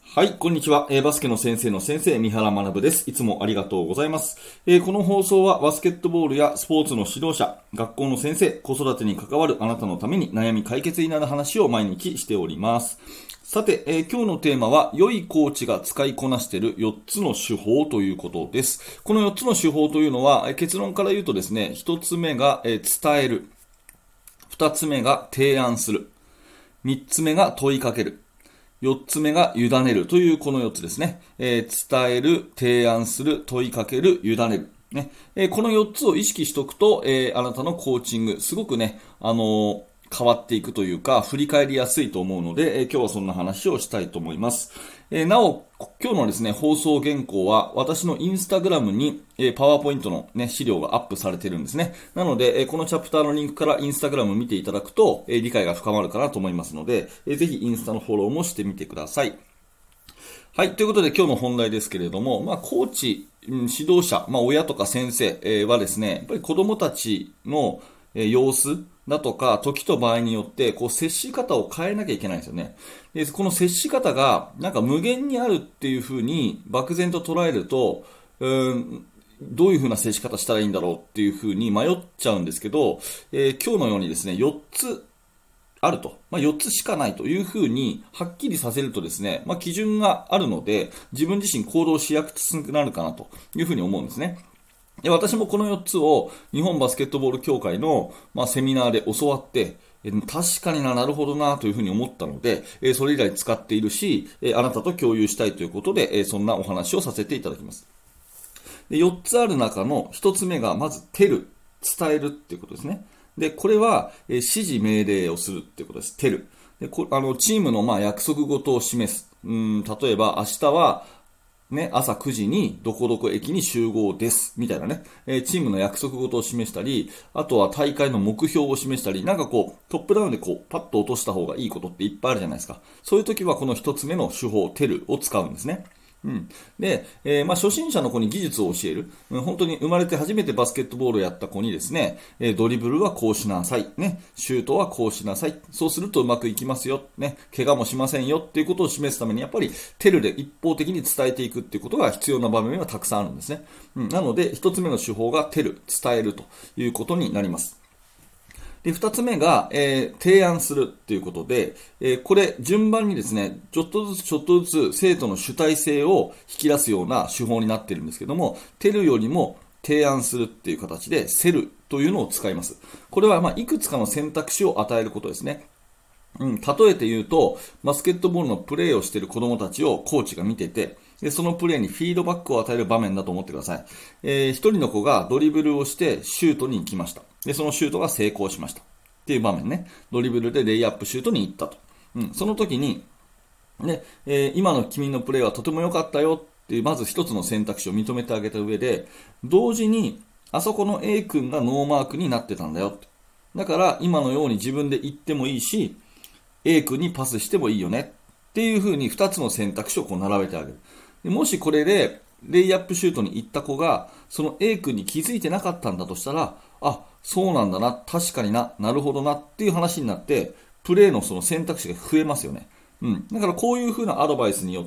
はい、こんにちは。バスケの先生の先生、三原学です。いつもありがとうございます。この放送はバスケットボールやスポーツの指導者、学校の先生、子育てに関わるあなたのために悩み解決になる話を毎日しております。さて、今日のテーマは、良いコーチが使いこなしている4つの手法ということです。この4つの手法というのは、結論から言うとですね、1つ目が、伝える。2つ目が提案する。3つ目が問いかける。4つ目が委ねるというこの4つですね。伝える、提案する、問いかける、委ねる。ねこの4つを意識しておくと、あなたのコーチング、すごくね、変わっていくというか、振り返りやすいと思うので、今日はそんな話をしたいと思います。なお、今日のですね、放送原稿は、私のインスタグラムに、パワーポイントのね、資料がアップされているんですね。なので、このチャプターのリンクからインスタグラムを見ていただくと、理解が深まるかなと思いますので、ぜひインスタのフォローもしてみてください。はい。ということで今日の本題ですけれども、コーチ、指導者、親とか先生はですね、やっぱり子供たちの様子だとか、時と場合によって、接し方を変えなきゃいけないんですよね。で、この接し方が、なんか無限にあるっていうふうに、漠然と捉えると、どういうふうな接し方したらいいんだろうっていうふうに迷っちゃうんですけど、今日のようにですね、4つあると。4つしかないというふうに、はっきりさせるとですね、基準があるので、自分自身行動しやすくなるかなというふうに思うんですね。で、私もこの4つを日本バスケットボール協会の、セミナーで教わって、確かになるほどなというふうに思ったので、それ以来使っているし、あなたと共有したいということで、そんなお話をさせていただきます。で、4つある中の1つ目が、まず、テル、伝えるっていうことですね。で、これは、指示命令をするっていうことです。テル。で、チームの約束事を示す。例えば、明日は、朝9時にどこどこ駅に集合です。みたいなね、チームの約束事を示したり、あとは大会の目標を示したり、トップダウンでパッと落とした方がいいことっていっぱいあるじゃないですか。そういう時はこの一つ目の手法、テルを使うんですね。で、初心者の子に技術を教える。本当に生まれて初めてバスケットボールをやった子にですね、ドリブルはこうしなさい。ね、シュートはこうしなさい。そうするとうまくいきますよ。ね、怪我もしませんよっていうことを示すために、やっぱりテルで一方的に伝えていくっていうことが必要な場面はたくさんあるんですね。なので、一つ目の手法がテル、伝えるということになります。で、二つ目が、提案するっていうことで、これ順番にですね、ちょっとずつ生徒の主体性を引き出すような手法になっているんですけども、テルよりも提案するっていう形で、セルというのを使います。これはいくつかの選択肢を与えることですね。例えて言うと、バスケットボールのプレーをしている子供たちをコーチが見てて、で、そのプレーにフィードバックを与える場面だと思ってください。一人の子がドリブルをしてシュートに行きました。で、そのシュートが成功しました。っていう場面ね。ドリブルでレイアップシュートに行ったと。その時に、ね、今の君のプレーはとても良かったよっていう、まず一つの選択肢を認めてあげた上で、同時に、あそこの A 君がノーマークになってたんだよ。だから、今のように自分で言ってもいいし、A 君にパスしてもいいよねっていう風に2つの選択肢を並べてあげる。でもしこれでレイアップシュートに行った子がその A 君に気づいてなかったんだとしたら、あ、そうなんだな、確かになるほどなっていう話になって、プレーのその選択肢が増えますよね。だからこういう風なアドバイスによって、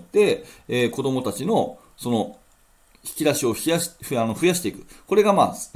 子供たちのその引き出しを増やしていく。これが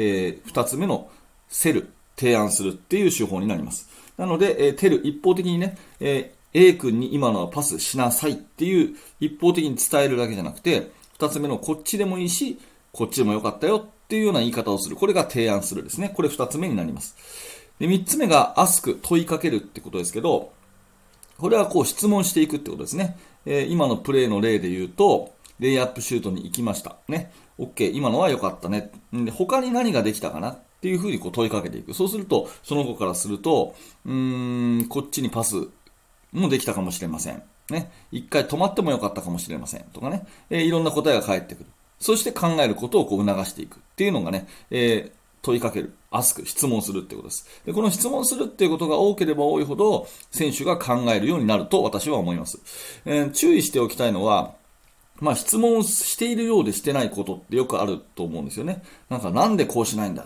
2つ目のセル、提案するっていう手法になります。なので、テル一方的にね、A 君に今のはパスしなさいっていう一方的に伝えるだけじゃなくて、二つ目のこっちでもいいし、こっちでもよかったよっていうような言い方をする。これが提案するですね。これ二つ目になります。で、三つ目がアスク、問いかけるってことですけど、これは質問していくってことですね。今のプレーの例で言うと、レイアップシュートに行きました。ね。OK、今のは良かったね。で、他に何ができたかなっていうふうに問いかけていく。そうすると、その子からすると、こっちにパスもできたかもしれません。ね。一回止まってもよかったかもしれません。とかね。いろんな答えが返ってくる。そして考えることを促していくっていうのがね、問いかける。アスク、質問するってことです。で、この質問するっていうことが多ければ多いほど、選手が考えるようになると私は思います。注意しておきたいのは、質問しているようでしてないことってよくあると思うんですよね。なんでこうしないんだ。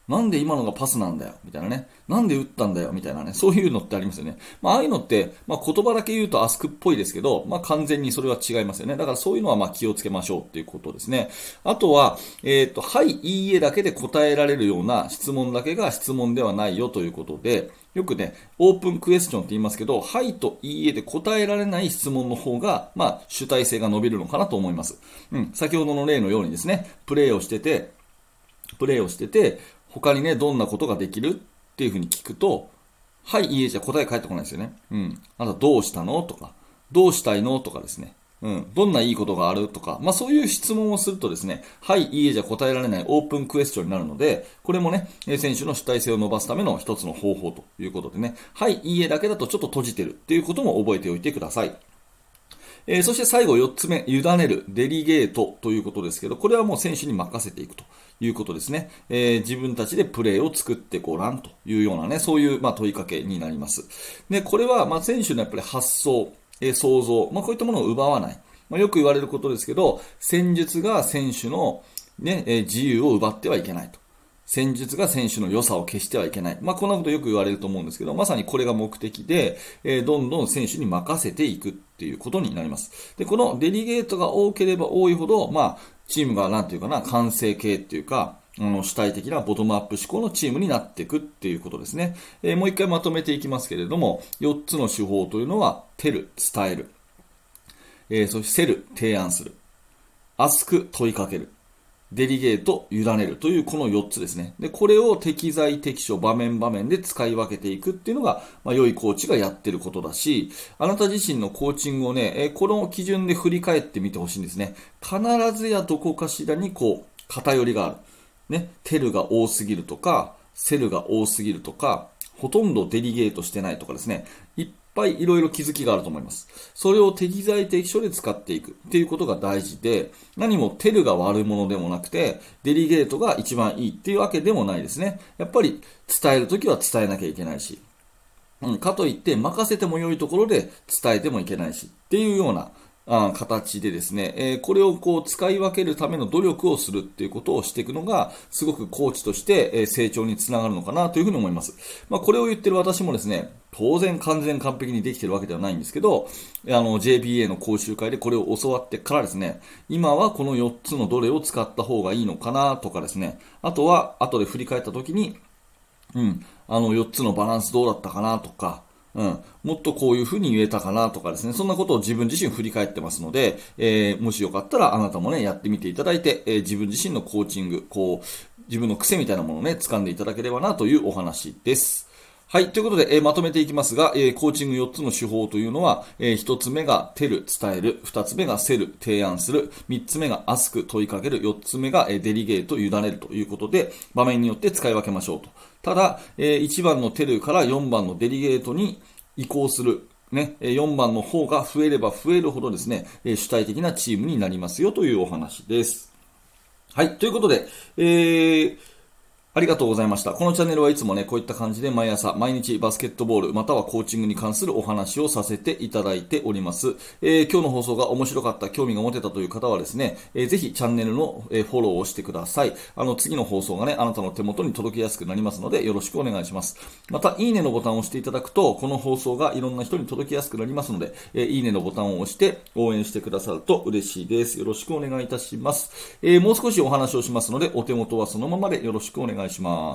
なんで今のがパスなんだよみたいなね。なんで打ったんだよみたいなね。そういうのってありますよね。ああいうのって、言葉だけ言うとアスクっぽいですけど、完全にそれは違いますよね。だからそういうのは気をつけましょうっていうことですね。あとは、はい、いいえだけで答えられるような質問だけが質問ではないよということで、よくね、オープンクエスチョンって言いますけど、はいといいえで答えられない質問の方が、主体性が伸びるのかなと思います。先ほどの例のようにですね、プレイをしてて、他にね、どんなことができるっていうふうに聞くと、はい、いいえじゃ答え返ってこないですよね。あなたどうしたのとか、どうしたいのとかですね。どんないいことがあるとか、そういう質問をするとですね、はい、いいえじゃ答えられないオープンクエスチョンになるので、これもね、選手の主体性を伸ばすための一つの方法ということでね、はい、いいえだけだとちょっと閉じてるっていうことも覚えておいてください。そして最後4つ目、委ねる、デリゲートということですけど、これはもう選手に任せていくということですね。自分たちでプレーを作ってごらんというようなね、そういう問いかけになります。で、これは選手のやっぱり発想、想像、こういったものを奪わない。よく言われることですけど、戦術が選手の、ね、自由を奪ってはいけないと。戦術が選手の良さを消してはいけない。こんなことよく言われると思うんですけど、まさにこれが目的で、どんどん選手に任せていくっていうことになります。で、このデリゲートが多ければ多いほど、チームがなんていうかな、完成形っていうか、主体的なボトムアップ思考のチームになっていくっていうことですね。もう一回まとめていきますけれども、4つの手法というのは、テル、伝える。そしてセル、提案する。アスク、問いかける。デリゲート、委ねるというこの4つですね。で、これを適材適所、場面場面で使い分けていくっていうのが、良いコーチがやってることだし、あなた自身のコーチングをね、この基準で振り返ってみてほしいんですね。必ずやどこかしらに偏りがある。ね、テルが多すぎるとか、セルが多すぎるとか、ほとんどデリゲートしてないとかですね。いっぱいいろいろ気づきがあると思います。それを適材適所で使っていくっていうことが大事で、何もテルが悪いものでもなくて、デリゲートが一番いいっていうわけでもないですね。やっぱり伝えるときは伝えなきゃいけないし、かといって任せても良いところで伝えてもいけないしっていうような形でですね、これを使い分けるための努力をするっていうことをしていくのが、すごくコーチとして、成長につながるのかなというふうに思います。これを言ってる私もですね、当然完璧にできてるわけではないんですけど、JPA の講習会でこれを教わってからですね、今はこの4つのどれを使った方がいいのかなとかですね、あとは後で振り返った時に、4つのバランスどうだったかなとか、もっとこういうふうに言えたかなとかですね、そんなことを自分自身振り返ってますので、もしよかったらあなたもね、やってみていただいて、自分自身のコーチング、自分の癖みたいなものをね、掴んでいただければなというお話です。はい。ということで、まとめていきますが、コーチング4つの手法というのは、1つ目がテル、伝える。2つ目がセル、提案する。3つ目がアスク、問いかける。4つ目が、デリゲート、委ねるということで、場面によって使い分けましょうと。ただ、1番のテルから4番のデリゲートに移行する。ね、4番の方が増えれば増えるほどですね、主体的なチームになりますよというお話です。はい。ということで、ありがとうございました。このチャンネルはいつもね、こういった感じで毎朝、毎日バスケットボール、またはコーチングに関するお話をさせていただいております。今日の放送が面白かった、興味が持てたという方はですね、ぜひチャンネルの、フォローをしてください。次の放送がね、あなたの手元に届きやすくなりますので、よろしくお願いします。また、いいねのボタンを押していただくと、この放送がいろんな人に届きやすくなりますので、いいねのボタンを押して応援してくださると嬉しいです。よろしくお願いいたします。もう少しお話をしますので、お手元はそのままでよろしくお願いします。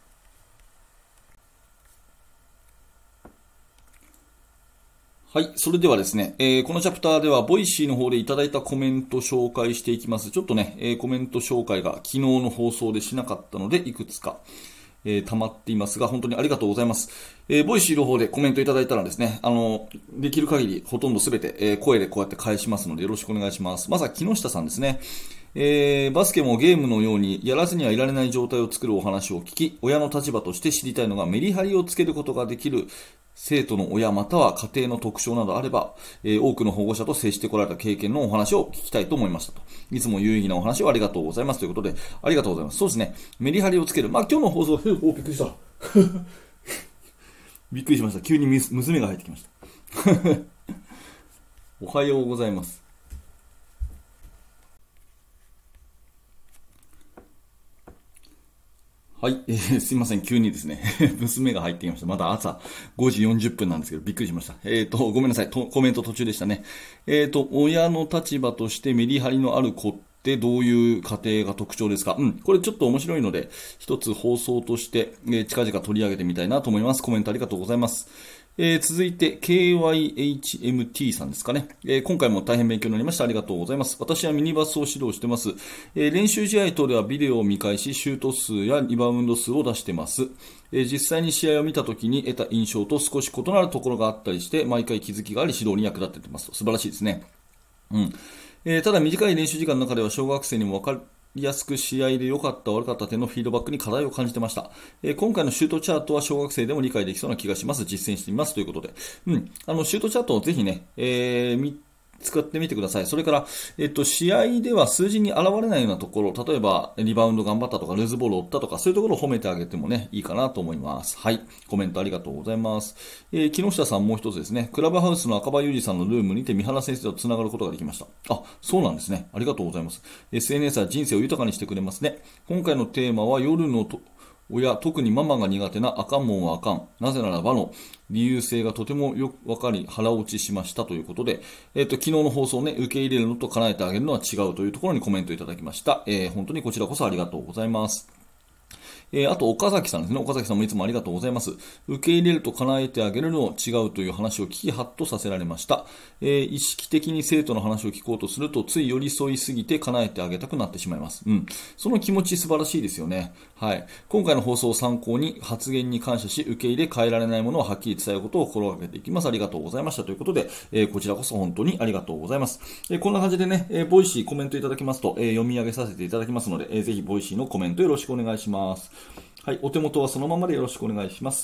はい。それではですね、このチャプターでは、ボイシーの方でいただいたコメント紹介していきます。ちょっとね、コメント紹介が昨日の放送でしなかったので、いくつか、溜まっていますが、本当にありがとうございます。ボイシーの方でコメントいただいたらですね、できる限りほとんどすべて、声でこうやって返しますので、よろしくお願いします。まずは木下さんですね。バスケもゲームのようにやらずにはいられない状態を作るお話を聞き、親の立場として知りたいのがメリハリをつけることができる生徒の親または家庭の特徴などあれば、多くの保護者と接してこられた経験のお話を聞きたいと思いましたと。いつも有意義なお話をありがとうございますということで、ありがとうございます。そうですね。メリハリをつける。今日の放送、びっくりした。びっくりしました。急に娘が入ってきました。おはようございます。 はい、すいません、急にですね、娘が入ってきました。まだ朝5時40分なんですけど、びっくりしました。ごめんなさい、コメント途中でしたね。親の立場としてメリハリのある子ってどういう家庭が特徴ですか？これちょっと面白いので、一つ放送として、近々取り上げてみたいなと思います。コメントありがとうございます。続いて KYHMT さんですかね、今回も大変勉強になりました。ありがとうございます。私はミニバスを指導しています。練習試合等ではビデオを見返し、シュート数やリバウンド数を出しています。実際に試合を見たときに得た印象と少し異なるところがあったりして、毎回気づきがあり指導に役立っています。素晴らしいですね。ただ短い練習時間の中では小学生にも分かりやすく試合で良かった悪かった点のフィードバックに課題を感じてました。今回のシュートチャートは小学生でも理解できそうな気がします。実践してみますということで。シュートチャートをぜひね、使ってみてください。それから、試合では数字に現れないようなところ、例えば、リバウンド頑張ったとか、ルーズボールを追ったとか、そういうところを褒めてあげてもね、いいかなと思います。はい。コメントありがとうございます。木下さんもう一つですね、クラブハウスの赤羽裕二さんのルームにて三原先生とつながることができました。あ、そうなんですね。ありがとうございます。SNS は人生を豊かにしてくれますね。今回のテーマは夜の親、特にママが苦手なあかんもんはあかん。なぜならばの理由性がとてもよくわかり腹落ちしましたということで、昨日の放送ね、受け入れるのと叶えてあげるのは違うというところにコメントいただきました。本当にこちらこそありがとうございます。あと、岡崎さんですね。岡崎さんもいつもありがとうございます。受け入れると叶えてあげるの違うという話を聞き、ハッとさせられました。意識的に生徒の話を聞こうとすると、つい寄り添いすぎて叶えてあげたくなってしまいます。その気持ち素晴らしいですよね。はい。今回の放送を参考に発言に感謝し、受け入れ変えられないものをはっきり伝えることを心がけていきます。ありがとうございました。ということで、こちらこそ本当にありがとうございます。こんな感じでね、ボイシーコメントいただきますと、読み上げさせていただきますので、ぜひボイシーのコメントよろしくお願いします。はい、お手元はそのままでよろしくお願いします。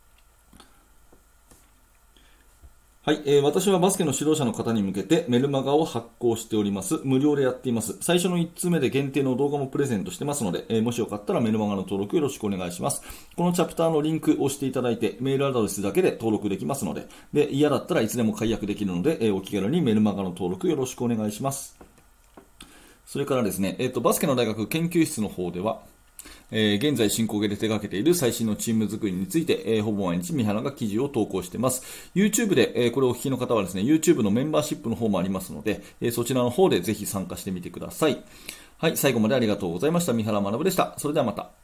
はい、私はバスケの指導者の方に向けてメルマガを発行しております。無料でやっています。最初の1通目で限定の動画もプレゼントしてますので、もしよかったらメルマガの登録よろしくお願いします。このチャプターのリンクを押していただいて、メールアドレスだけで登録できますので、嫌だったらいつでも解約できるので、お気軽にメルマガの登録よろしくお願いします。それからですね、バスケの大学研究室の方では、現在進行形で手掛けている最新のチーム作りについて、ほぼ毎日三原が記事を投稿しています。YouTube で、これをお聞きの方はですね、YouTube のメンバーシップの方もありますので、そちらの方でぜひ参加してみてください。はい、最後までありがとうございました。三原学でした。それではまた。